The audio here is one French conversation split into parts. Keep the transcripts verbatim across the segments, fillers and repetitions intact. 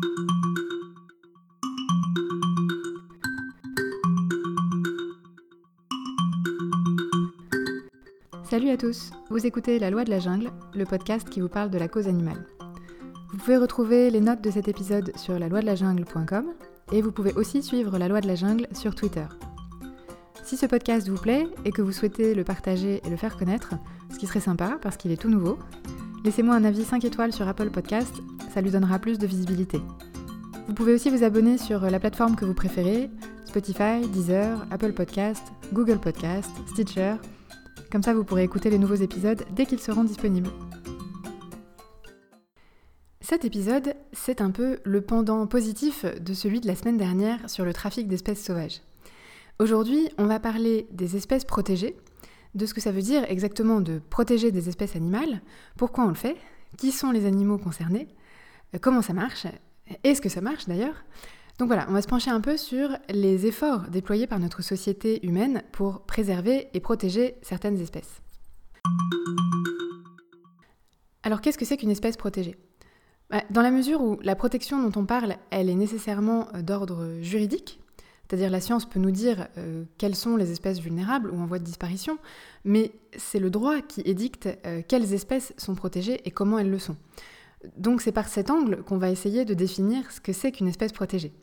Salut à tous, vous écoutez La Loi de la Jungle, le podcast qui vous parle de la cause animale. Vous pouvez retrouver les notes de cet épisode sur la loi de la jungle point com et vous pouvez aussi suivre La Loi de la Jungle sur Twitter. Si ce podcast vous plaît et que vous souhaitez le partager et le faire connaître, ce qui serait sympa parce qu'il est tout nouveau, laissez-moi un avis cinq étoiles sur Apple Podcast, ça lui donnera plus de visibilité. Vous pouvez aussi vous abonner sur la plateforme que vous préférez, Spotify, Deezer, Apple Podcast, Google Podcast, Stitcher. Comme ça, vous pourrez écouter les nouveaux épisodes dès qu'ils seront disponibles. Cet épisode, c'est un peu le pendant positif de celui de la semaine dernière sur le trafic d'espèces sauvages. Aujourd'hui, on va parler des espèces protégées, de ce que ça veut dire exactement de protéger des espèces animales, pourquoi on le fait, qui sont les animaux concernés, comment ça marche, est-ce que ça marche d'ailleurs. Donc voilà, on va se pencher un peu sur les efforts déployés par notre société humaine pour préserver et protéger certaines espèces. Alors qu'est-ce que c'est qu'une espèce protégée ? Dans la mesure où la protection dont on parle, elle est nécessairement d'ordre juridique, c'est-à-dire la science peut nous dire euh, quelles sont les espèces vulnérables ou en voie de disparition, mais c'est le droit qui édicte euh, quelles espèces sont protégées et comment elles le sont. Donc c'est par cet angle qu'on va essayer de définir ce que c'est qu'une espèce protégée.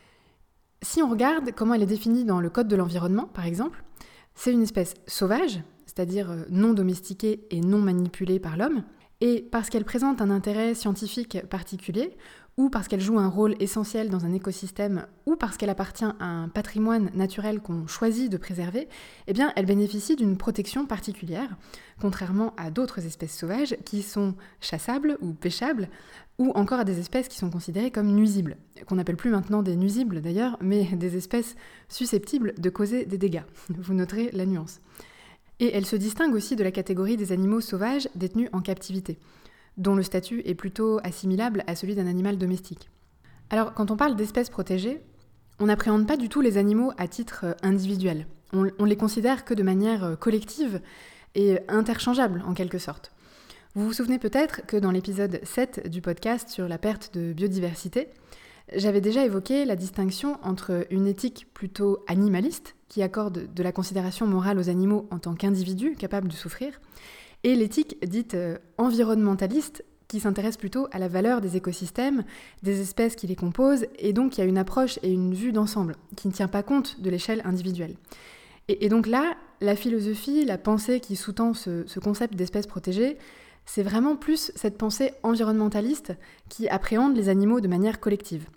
Si on regarde comment elle est définie dans le Code de l'environnement, par exemple, c'est une espèce sauvage, c'est-à-dire non domestiquée et non manipulée par l'homme, et parce qu'elle présente un intérêt scientifique particulier, ou parce qu'elle joue un rôle essentiel dans un écosystème, ou parce qu'elle appartient à un patrimoine naturel qu'on choisit de préserver, eh bien, elle bénéficie d'une protection particulière, contrairement à d'autres espèces sauvages qui sont chassables ou pêchables, ou encore à des espèces qui sont considérées comme nuisibles, qu'on n'appelle plus maintenant des nuisibles d'ailleurs, mais des espèces susceptibles de causer des dégâts. Vous noterez la nuance. Et elle se distingue aussi de la catégorie des animaux sauvages détenus en captivité, dont le statut est plutôt assimilable à celui d'un animal domestique. Alors, quand on parle d'espèces protégées, on n'appréhende pas du tout les animaux à titre individuel. On, on les considère que de manière collective et interchangeable, en quelque sorte. Vous vous souvenez peut-être que dans l'épisode sept du podcast sur la perte de biodiversité, j'avais déjà évoqué la distinction entre une éthique plutôt animaliste, qui accorde de la considération morale aux animaux en tant qu'individus capables de souffrir, et l'éthique dite euh, environnementaliste, qui s'intéresse plutôt à la valeur des écosystèmes, des espèces qui les composent, et donc qui a une approche et une vue d'ensemble, qui ne tient pas compte de l'échelle individuelle. Et, et donc là, la philosophie, la pensée qui sous-tend ce, ce concept d'espèces protégées, c'est vraiment plus cette pensée environnementaliste qui appréhende les animaux de manière collective.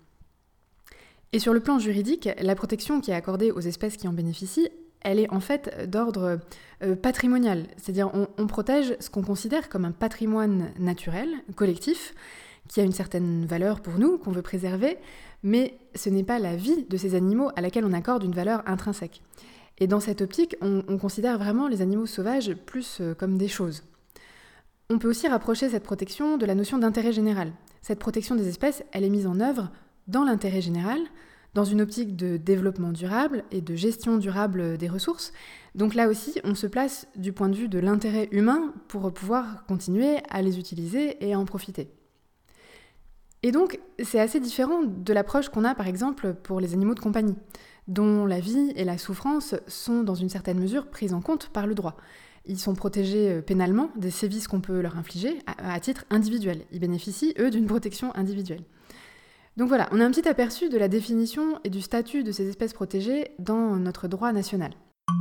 Et sur le plan juridique, la protection qui est accordée aux espèces qui en bénéficient, elle est en fait d'ordre euh, patrimonial, c'est-à-dire on, on protège ce qu'on considère comme un patrimoine naturel, collectif, qui a une certaine valeur pour nous, qu'on veut préserver, mais ce n'est pas la vie de ces animaux à laquelle on accorde une valeur intrinsèque. Et dans cette optique, on, on considère vraiment les animaux sauvages plus euh, comme des choses. On peut aussi rapprocher cette protection de la notion d'intérêt général. Cette protection des espèces, elle est mise en œuvre dans l'intérêt général, dans une optique de développement durable et de gestion durable des ressources. Donc là aussi, on se place du point de vue de l'intérêt humain pour pouvoir continuer à les utiliser et à en profiter. Et donc, c'est assez différent de l'approche qu'on a par exemple pour les animaux de compagnie, dont la vie et la souffrance sont dans une certaine mesure prises en compte par le droit. Ils sont protégés pénalement des sévices qu'on peut leur infliger à, à titre individuel. Ils bénéficient, eux, d'une protection individuelle. Donc voilà, on a un petit aperçu de la définition et du statut de ces espèces protégées dans notre droit national.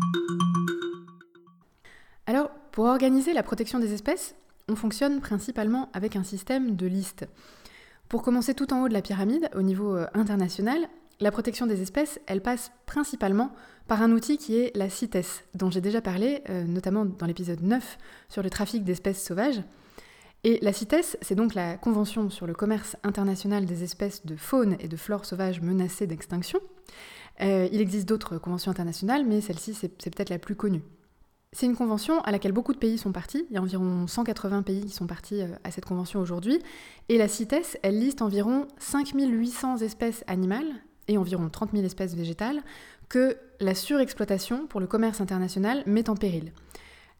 Alors, pour organiser la protection des espèces, on fonctionne principalement avec un système de listes. Pour commencer tout en haut de la pyramide, au niveau international, la protection des espèces, elle passe principalement par un outil qui est la CITES, dont j'ai déjà parlé, euh, notamment dans l'épisode neuf sur le trafic d'espèces sauvages. Et la CITES, c'est donc la Convention sur le commerce international des espèces de faune et de flore sauvages menacées d'extinction. Euh, il existe d'autres conventions internationales, mais celle-ci, c'est, c'est peut-être la plus connue. C'est une convention à laquelle beaucoup de pays sont partis. Il y a environ cent quatre-vingts pays qui sont partis à cette convention aujourd'hui. Et la CITES, elle liste environ cinq mille huit cents espèces animales et environ trente mille espèces végétales que la surexploitation pour le commerce international met en péril.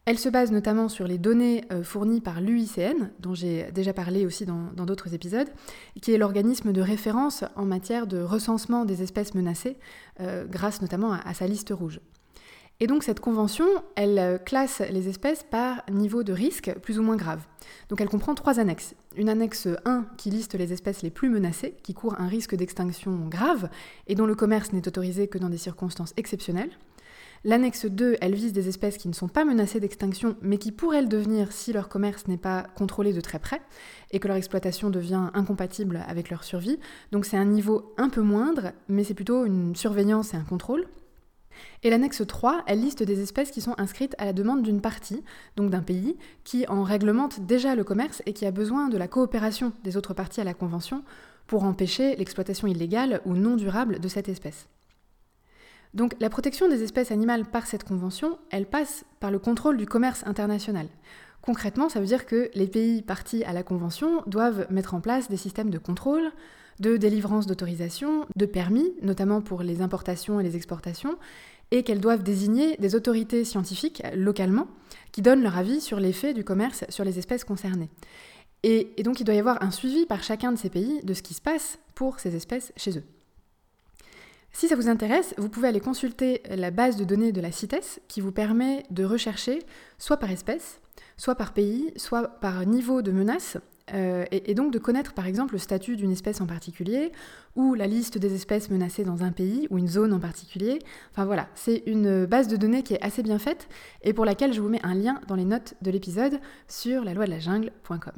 Elle se base notamment sur les données euh, fournies par l'U I C N, dont j'ai déjà parlé aussi dans, dans d'autres épisodes, qui est l'organisme de référence en matière de recensement des espèces menacées, euh, grâce notamment à, à sa liste rouge. Et donc cette convention, elle classe les espèces par niveau de risque plus ou moins grave. Donc elle comprend trois annexes. Une annexe un qui liste les espèces les plus menacées, qui courent un risque d'extinction grave et dont le commerce n'est autorisé que dans des circonstances exceptionnelles. L'annexe deux, elle vise des espèces qui ne sont pas menacées d'extinction, mais qui pourraient le devenir si leur commerce n'est pas contrôlé de très près et que leur exploitation devient incompatible avec leur survie. Donc c'est un niveau un peu moindre, mais c'est plutôt une surveillance et un contrôle. Et l'annexe trois, elle liste des espèces qui sont inscrites à la demande d'une partie, donc d'un pays, qui en réglemente déjà le commerce et qui a besoin de la coopération des autres parties à la Convention pour empêcher l'exploitation illégale ou non durable de cette espèce. Donc la protection des espèces animales par cette convention, elle passe par le contrôle du commerce international. Concrètement, ça veut dire que les pays partis à la convention doivent mettre en place des systèmes de contrôle, de délivrance d'autorisation, de permis, notamment pour les importations et les exportations, et qu'elles doivent désigner des autorités scientifiques localement qui donnent leur avis sur l'effet du commerce sur les espèces concernées. Et, et donc il doit y avoir un suivi par chacun de ces pays de ce qui se passe pour ces espèces chez eux. Si ça vous intéresse, vous pouvez aller consulter la base de données de la CITES qui vous permet de rechercher soit par espèce, soit par pays, soit par niveau de menace, euh, et, et donc de connaître par exemple le statut d'une espèce en particulier, ou la liste des espèces menacées dans un pays, ou une zone en particulier. Enfin voilà, c'est une base de données qui est assez bien faite, et pour laquelle je vous mets un lien dans les notes de l'épisode sur la loi de la jungle point com.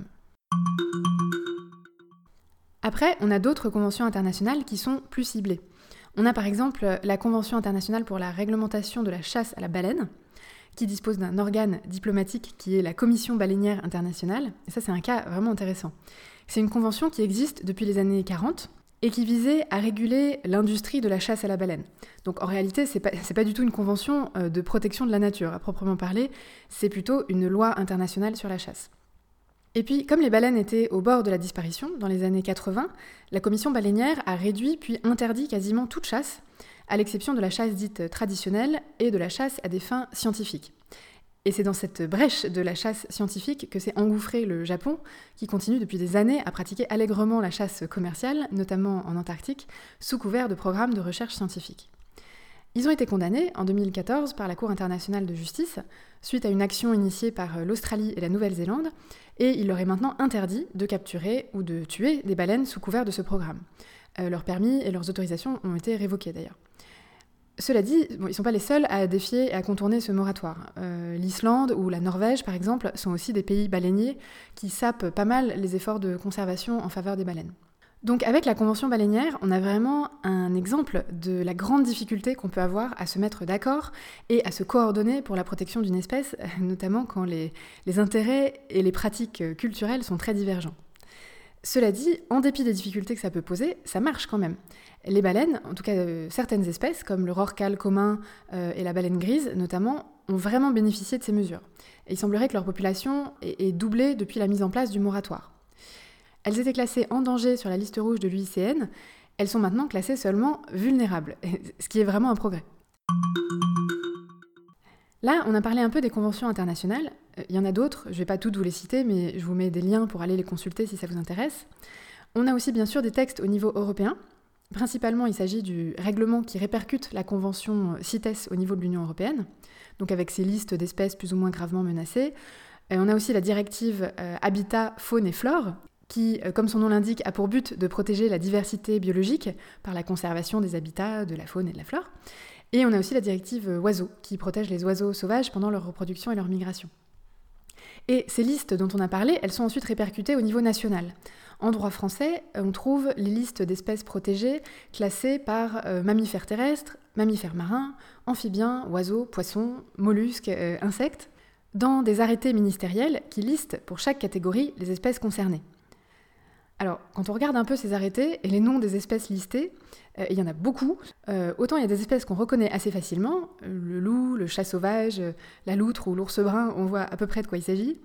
Après, on a d'autres conventions internationales qui sont plus ciblées. On a par exemple la Convention internationale pour la réglementation de la chasse à la baleine, qui dispose d'un organe diplomatique qui est la Commission baleinière internationale. Et ça, c'est un cas vraiment intéressant. C'est une convention qui existe depuis les années quarante et qui visait à réguler l'industrie de la chasse à la baleine. Donc en réalité, c'est pas, c'est pas du tout une convention de protection de la nature, à proprement parler, c'est plutôt une loi internationale sur la chasse. Et puis, comme les baleines étaient au bord de la disparition dans les années quatre-vingts, la commission baleinière a réduit puis interdit quasiment toute chasse, à l'exception de la chasse dite traditionnelle et de la chasse à des fins scientifiques. Et c'est dans cette brèche de la chasse scientifique que s'est engouffré le Japon, qui continue depuis des années à pratiquer allègrement la chasse commerciale, notamment en Antarctique, sous couvert de programmes de recherche scientifique. Ils ont été condamnés en deux mille quatorze par la Cour internationale de justice, suite à une action initiée par l'Australie et la Nouvelle-Zélande, et il leur est maintenant interdit de capturer ou de tuer des baleines sous couvert de ce programme. Euh, leurs permis et leurs autorisations ont été révoqués d'ailleurs. Cela dit, bon, ils ne sont pas les seuls à défier et à contourner ce moratoire. Euh, L'Islande ou la Norvège, par exemple, sont aussi des pays baleiniers qui sapent pas mal les efforts de conservation en faveur des baleines. Donc avec la Convention baleinière, on a vraiment un exemple de la grande difficulté qu'on peut avoir à se mettre d'accord et à se coordonner pour la protection d'une espèce, notamment quand les, les intérêts et les pratiques culturelles sont très divergents. Cela dit, en dépit des difficultés que ça peut poser, ça marche quand même. Les baleines, en tout cas euh, certaines espèces, comme le rorqual commun euh, et la baleine grise notamment, ont vraiment bénéficié de ces mesures. Et il semblerait que leur population ait, ait doublé depuis la mise en place du moratoire. Elles étaient classées en danger sur la liste rouge de l'U I C N, elles sont maintenant classées seulement vulnérables, ce qui est vraiment un progrès. Là, on a parlé un peu des conventions internationales, il y en a d'autres, je ne vais pas toutes vous les citer, mais je vous mets des liens pour aller les consulter si ça vous intéresse. On a aussi bien sûr des textes au niveau européen, principalement il s'agit du règlement qui répercute la convention CITES au niveau de l'Union européenne, donc avec ses listes d'espèces plus ou moins gravement menacées. Et on a aussi la directive euh, Habitat, Faune et Flore, qui, comme son nom l'indique, a pour but de protéger la diversité biologique par la conservation des habitats, de la faune et de la flore. Et on a aussi la directive Oiseaux, qui protège les oiseaux sauvages pendant leur reproduction et leur migration. Et ces listes dont on a parlé, elles sont ensuite répercutées au niveau national. En droit français, on trouve les listes d'espèces protégées classées par euh, mammifères terrestres, mammifères marins, amphibiens, oiseaux, poissons, mollusques, euh, insectes, dans des arrêtés ministériels qui listent pour chaque catégorie les espèces concernées. Alors, quand on regarde un peu ces arrêtés et les noms des espèces listées, euh, il y en a beaucoup. Euh, autant il y a des espèces qu'on reconnaît assez facilement, le loup, le chat sauvage, la loutre ou l'ours brun, on voit à peu près de quoi il s'agit.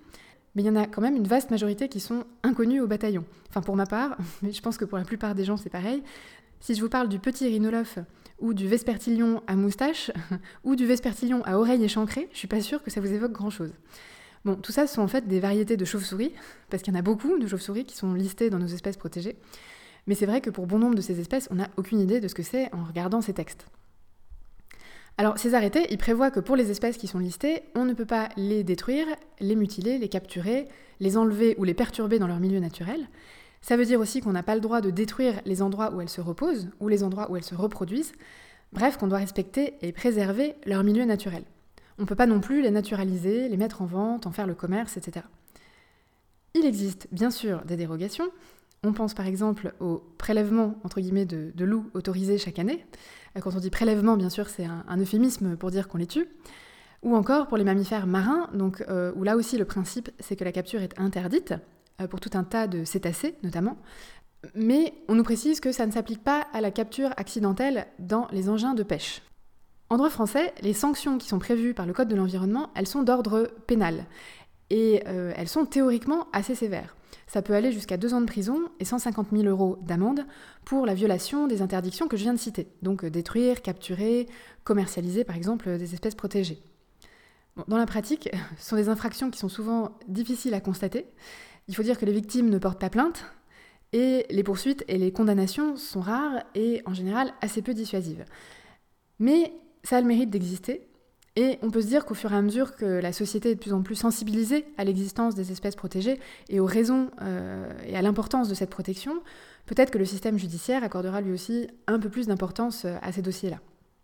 mais il y en a quand même une vaste majorité qui sont inconnues au bataillon. Enfin pour ma part, mais je pense que pour la plupart des gens c'est pareil. Si je vous parle du petit rhinolophe ou du vespertilion à moustache ou du vespertilion à oreilles échancrées, je suis pas sûre que ça vous évoque grand-chose. Bon, tout ça sont en fait des variétés de chauves-souris, parce qu'il y en a beaucoup de chauves-souris qui sont listées dans nos espèces protégées. Mais c'est vrai que pour bon nombre de ces espèces, on n'a aucune idée de ce que c'est en regardant ces textes. Alors, ces arrêtés, ils prévoient que pour les espèces qui sont listées, on ne peut pas les détruire, les mutiler, les capturer, les enlever ou les perturber dans leur milieu naturel. Ça veut dire aussi qu'on n'a pas le droit de détruire les endroits où elles se reposent ou les endroits où elles se reproduisent. Bref, qu'on doit respecter et préserver leur milieu naturel. On ne peut pas non plus les naturaliser, les mettre en vente, en faire le commerce, et cetera. Il existe bien sûr des dérogations. On pense par exemple au prélèvement entre guillemets de, de loups autorisés chaque année. Quand on dit prélèvement, bien sûr, c'est un, un euphémisme pour dire qu'on les tue. Ou encore pour les mammifères marins, donc, euh, où là aussi le principe c'est que la capture est interdite, euh, pour tout un tas de cétacés notamment. Mais on nous précise que ça ne s'applique pas à la capture accidentelle dans les engins de pêche. En droit français, les sanctions qui sont prévues par le Code de l'environnement, elles sont d'ordre pénal. Et euh, elles sont théoriquement assez sévères. Ça peut aller jusqu'à deux ans de prison et cent cinquante mille euros d'amende pour la violation des interdictions que je viens de citer. Donc euh, détruire, capturer, commercialiser par exemple des espèces protégées. Bon, dans la pratique, ce sont des infractions qui sont souvent difficiles à constater. Il faut dire que les victimes ne portent pas plainte et les poursuites et les condamnations sont rares et en général assez peu dissuasives. Mais ça a le mérite d'exister. Et on peut se dire qu'au fur et à mesure que la société est de plus en plus sensibilisée à l'existence des espèces protégées et aux raisons euh, et à l'importance de cette protection, peut-être que le système judiciaire accordera lui aussi un peu plus d'importance à ces dossiers-là.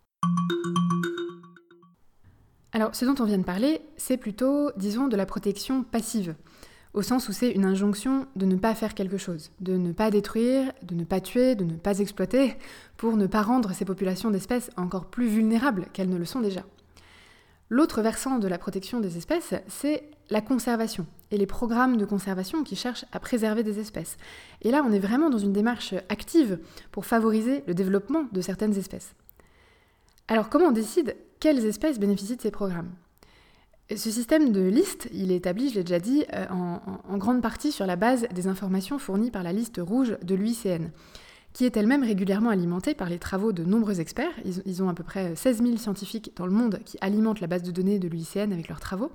Alors, ce dont on vient de parler, c'est plutôt, disons, de la protection passive, au sens où c'est une injonction de ne pas faire quelque chose, de ne pas détruire, de ne pas tuer, de ne pas exploiter, pour ne pas rendre ces populations d'espèces encore plus vulnérables qu'elles ne le sont déjà. L'autre versant de la protection des espèces, c'est la conservation et les programmes de conservation qui cherchent à préserver des espèces. Et là, on est vraiment dans une démarche active pour favoriser le développement de certaines espèces. Alors, comment on décide quelles espèces bénéficient de ces programmes ? Ce système de liste, il est établi, je l'ai déjà dit, en, en, en grande partie sur la base des informations fournies par la liste rouge de l'U I C N, qui est elle-même régulièrement alimentée par les travaux de nombreux experts. Ils, ils ont à peu près seize mille scientifiques dans le monde qui alimentent la base de données de l'U I C N avec leurs travaux.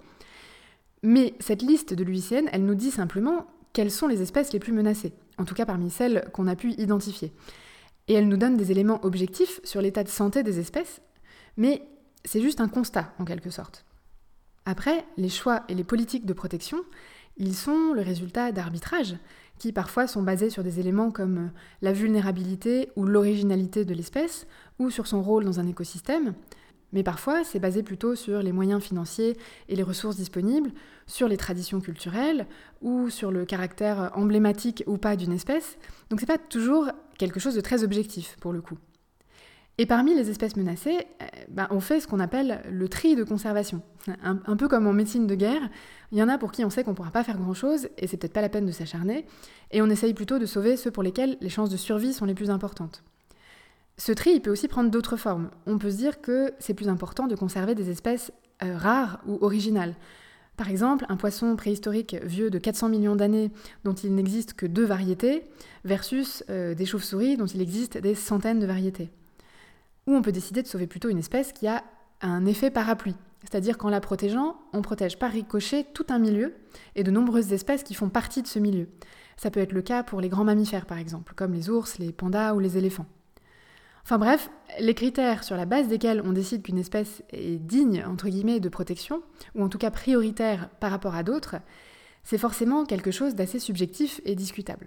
Mais cette liste de l'U I C N, elle nous dit simplement quelles sont les espèces les plus menacées, en tout cas parmi celles qu'on a pu identifier. Et elle nous donne des éléments objectifs sur l'état de santé des espèces, mais c'est juste un constat en quelque sorte. Après, les choix et les politiques de protection, ils sont le résultat d'arbitrages qui parfois sont basés sur des éléments comme la vulnérabilité ou l'originalité de l'espèce, ou sur son rôle dans un écosystème. Mais parfois, c'est basé plutôt sur les moyens financiers et les ressources disponibles, sur les traditions culturelles, ou sur le caractère emblématique ou pas d'une espèce. Donc c'est pas toujours quelque chose de très objectif, pour le coup. Et parmi les espèces menacées, ben, on fait ce qu'on appelle le tri de conservation. Un, un peu comme en médecine de guerre, il y en a pour qui on sait qu'on ne pourra pas faire grand-chose, et c'est peut-être pas la peine de s'acharner, et on essaye plutôt de sauver ceux pour lesquels les chances de survie sont les plus importantes. Ce tri, il peut aussi prendre d'autres formes. On peut se dire que c'est plus important de conserver des espèces euh, rares ou originales. Par exemple, un poisson préhistorique vieux de quatre cents millions d'années dont il n'existe que deux variétés, versus euh, des chauves-souris dont il existe des centaines de variétés. Ou on peut décider de sauver plutôt une espèce qui a un effet parapluie, c'est-à-dire qu'en la protégeant, on protège par ricochet tout un milieu et de nombreuses espèces qui font partie de ce milieu. Ça peut être le cas pour les grands mammifères par exemple, comme les ours, les pandas ou les éléphants. Enfin bref, les critères sur la base desquels on décide qu'une espèce est digne, entre guillemets, de protection, ou en tout cas prioritaire par rapport à d'autres, c'est forcément quelque chose d'assez subjectif et discutable.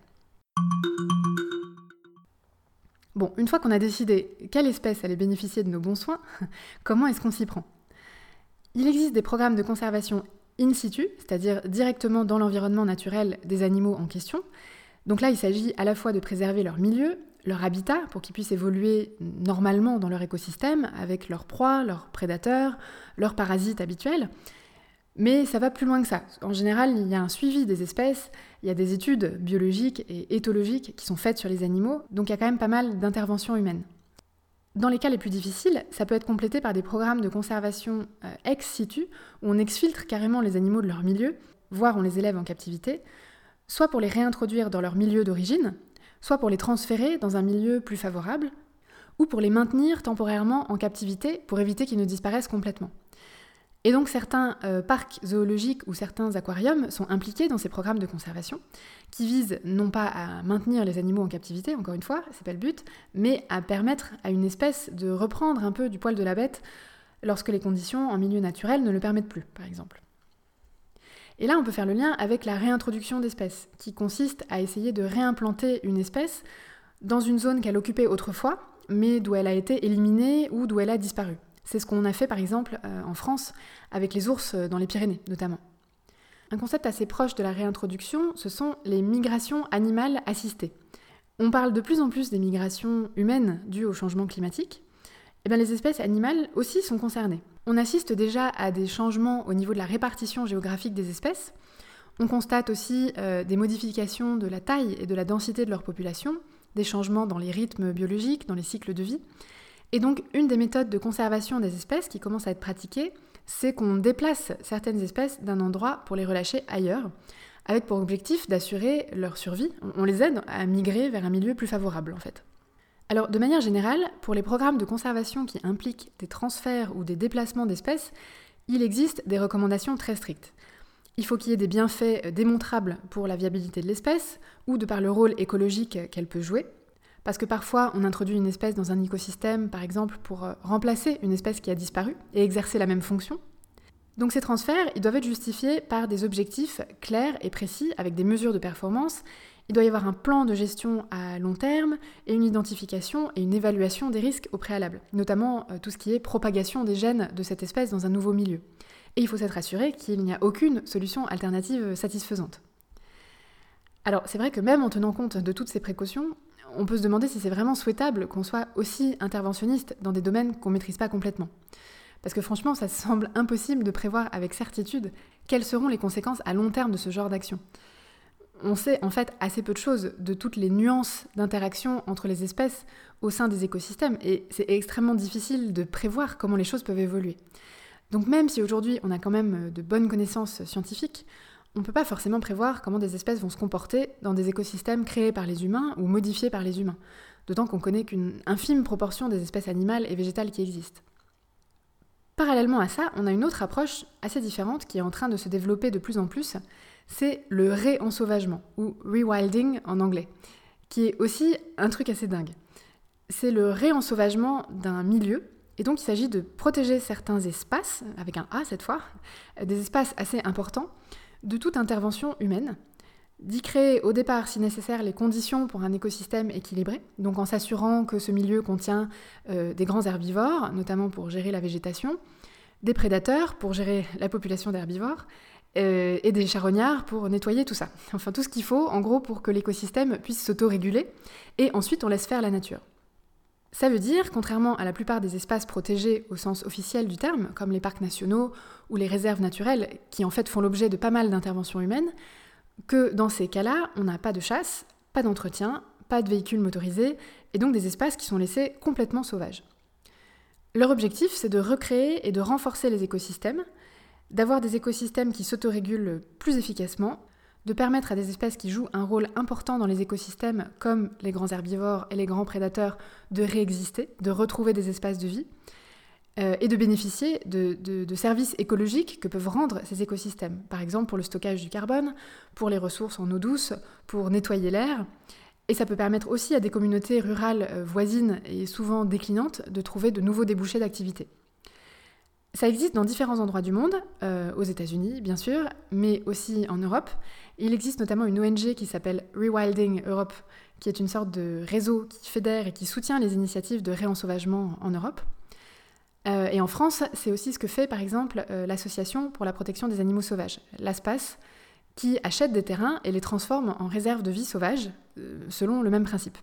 Bon, une fois qu'on a décidé quelle espèce allait bénéficier de nos bons soins, comment est-ce qu'on s'y prend ? Il existe des programmes de conservation in situ, c'est-à-dire directement dans l'environnement naturel des animaux en question. Donc là, il s'agit à la fois de préserver leur milieu, leur habitat, pour qu'ils puissent évoluer normalement dans leur écosystème, avec leurs proies, leurs prédateurs, leurs parasites habituels. Mais ça va plus loin que ça. En général, il y a un suivi des espèces, il y a des études biologiques et éthologiques qui sont faites sur les animaux, donc il y a quand même pas mal d'interventions humaines. Dans les cas les plus difficiles, ça peut être complété par des programmes de conservation euh, ex situ, où on exfiltre carrément les animaux de leur milieu, voire on les élève en captivité, soit pour les réintroduire dans leur milieu d'origine, soit pour les transférer dans un milieu plus favorable, ou pour les maintenir temporairement en captivité pour éviter qu'ils ne disparaissent complètement. Et donc certains euh, parcs zoologiques ou certains aquariums sont impliqués dans ces programmes de conservation qui visent non pas à maintenir les animaux en captivité, encore une fois, c'est pas le but, mais à permettre à une espèce de reprendre un peu du poil de la bête lorsque les conditions en milieu naturel ne le permettent plus, par exemple. Et là, on peut faire le lien avec la réintroduction d'espèces, qui consiste à essayer de réimplanter une espèce dans une zone qu'elle occupait autrefois, mais d'où elle a été éliminée ou d'où elle a disparu. C'est ce qu'on a fait par exemple euh, en France avec les ours dans les Pyrénées notamment. Un concept assez proche de la réintroduction, ce sont les migrations animales assistées. On parle de plus en plus des migrations humaines dues au changement climatique. Et bien les espèces animales aussi sont concernées. On assiste déjà à des changements au niveau de la répartition géographique des espèces. On constate aussi euh, des modifications de la taille et de la densité de leur population, des changements dans les rythmes biologiques, dans les cycles de vie. Et donc, une des méthodes de conservation des espèces qui commence à être pratiquée, c'est qu'on déplace certaines espèces d'un endroit pour les relâcher ailleurs, avec pour objectif d'assurer leur survie. On les aide à migrer vers un milieu plus favorable, en fait. Alors, de manière générale, pour les programmes de conservation qui impliquent des transferts ou des déplacements d'espèces, il existe des recommandations très strictes. Il faut qu'il y ait des bienfaits démontrables pour la viabilité de l'espèce, ou de par le rôle écologique qu'elle peut jouer. Parce que parfois, on introduit une espèce dans un écosystème, par exemple, pour remplacer une espèce qui a disparu et exercer la même fonction. Donc ces transferts, ils doivent être justifiés par des objectifs clairs et précis, avec des mesures de performance. Il doit y avoir un plan de gestion à long terme et une identification et une évaluation des risques au préalable, notamment tout ce qui est propagation des gènes de cette espèce dans un nouveau milieu. Et il faut s'être assuré qu'il n'y a aucune solution alternative satisfaisante. Alors c'est vrai que même en tenant compte de toutes ces précautions, on peut se demander si c'est vraiment souhaitable qu'on soit aussi interventionniste dans des domaines qu'on ne maîtrise pas complètement. Parce que franchement, ça semble impossible de prévoir avec certitude quelles seront les conséquences à long terme de ce genre d'action. On sait en fait assez peu de choses de toutes les nuances d'interaction entre les espèces au sein des écosystèmes, et c'est extrêmement difficile de prévoir comment les choses peuvent évoluer. Donc même si aujourd'hui on a quand même de bonnes connaissances scientifiques, on ne peut pas forcément prévoir comment des espèces vont se comporter dans des écosystèmes créés par les humains ou modifiés par les humains, d'autant qu'on connaît qu'une infime proportion des espèces animales et végétales qui existent. Parallèlement à ça, on a une autre approche assez différente qui est en train de se développer de plus en plus, c'est le réensauvagement, ou rewilding en anglais, qui est aussi un truc assez dingue. C'est le réensauvagement d'un milieu, et donc il s'agit de protéger certains espaces, avec un A cette fois, des espaces assez importants, de toute intervention humaine, d'y créer au départ, si nécessaire, les conditions pour un écosystème équilibré, donc en s'assurant que ce milieu contient euh, des grands herbivores, notamment pour gérer la végétation, des prédateurs pour gérer la population d'herbivores, euh, et des charognards pour nettoyer tout ça. Enfin, tout ce qu'il faut, en gros, pour que l'écosystème puisse s'auto-réguler, et ensuite on laisse faire la nature. Ça veut dire, contrairement à la plupart des espaces protégés au sens officiel du terme, comme les parcs nationaux ou les réserves naturelles, qui en fait font l'objet de pas mal d'interventions humaines, que dans ces cas-là, on n'a pas de chasse, pas d'entretien, pas de véhicules motorisés, et donc des espaces qui sont laissés complètement sauvages. Leur objectif, c'est de recréer et de renforcer les écosystèmes, d'avoir des écosystèmes qui s'autorégulent plus efficacement, de permettre à des espèces qui jouent un rôle important dans les écosystèmes, comme les grands herbivores et les grands prédateurs, de réexister, de retrouver des espaces de vie, euh, et de bénéficier de, de, de services écologiques que peuvent rendre ces écosystèmes. Par exemple pour le stockage du carbone, pour les ressources en eau douce, pour nettoyer l'air. Et ça peut permettre aussi à des communautés rurales euh, voisines et souvent déclinantes de trouver de nouveaux débouchés d'activité. Ça existe dans différents endroits du monde, euh, aux États-Unis bien sûr, mais aussi en Europe. Il existe notamment une O N G qui s'appelle Rewilding Europe, qui est une sorte de réseau qui fédère et qui soutient les initiatives de réensauvagement en Europe. Euh, et en France, c'est aussi ce que fait par exemple euh, l'Association pour la protection des animaux sauvages, l'ASPAS, qui achète des terrains et les transforme en réserves de vie sauvages, euh, selon le même principe.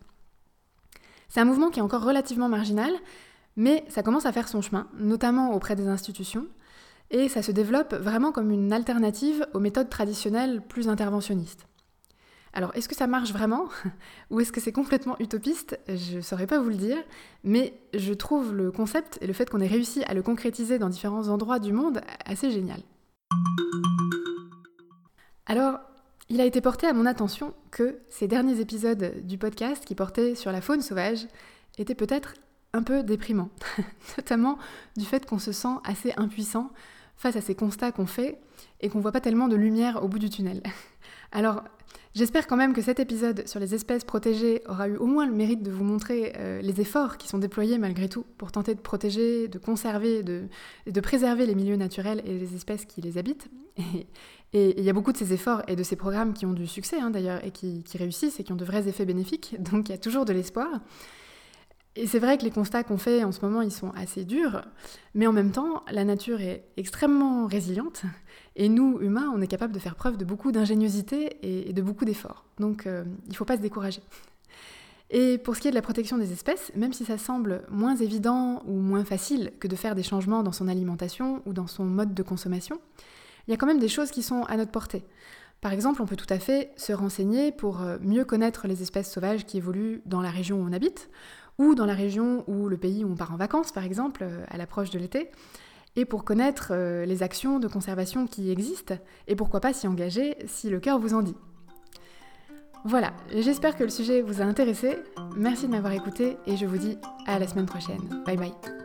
C'est un mouvement qui est encore relativement marginal, mais ça commence à faire son chemin, notamment auprès des institutions, et ça se développe vraiment comme une alternative aux méthodes traditionnelles plus interventionnistes. Alors, est-ce que ça marche vraiment ? Ou est-ce que c'est complètement utopiste ? Je ne saurais pas vous le dire, mais je trouve le concept et le fait qu'on ait réussi à le concrétiser dans différents endroits du monde assez génial. Alors, il a été porté à mon attention que ces derniers épisodes du podcast qui portaient sur la faune sauvage étaient peut-être un peu déprimants, notamment du fait qu'on se sent assez impuissant face à ces constats qu'on fait et qu'on voit pas tellement de lumière au bout du tunnel. Alors, j'espère quand même que cet épisode sur les espèces protégées aura eu au moins le mérite de vous montrer euh, les efforts qui sont déployés malgré tout pour tenter de protéger, de conserver, de, de préserver les milieux naturels et les espèces qui les habitent. Et il y a beaucoup de ces efforts et de ces programmes qui ont du succès hein, d'ailleurs et qui, qui réussissent et qui ont de vrais effets bénéfiques, donc il y a toujours de l'espoir. Et c'est vrai que les constats qu'on fait en ce moment, ils sont assez durs, mais en même temps, la nature est extrêmement résiliente, et nous, humains, on est capable de faire preuve de beaucoup d'ingéniosité et de beaucoup d'efforts. Donc, euh, il ne faut pas se décourager. Et pour ce qui est de la protection des espèces, même si ça semble moins évident ou moins facile que de faire des changements dans son alimentation ou dans son mode de consommation, il y a quand même des choses qui sont à notre portée. Par exemple, on peut tout à fait se renseigner pour mieux connaître les espèces sauvages qui évoluent dans la région où on habite, ou dans la région ou le pays où on part en vacances, par exemple, à l'approche de l'été, et pour connaître les actions de conservation qui existent, et pourquoi pas s'y engager si le cœur vous en dit. Voilà, j'espère que le sujet vous a intéressé, merci de m'avoir écouté, et je vous dis à la semaine prochaine. Bye bye.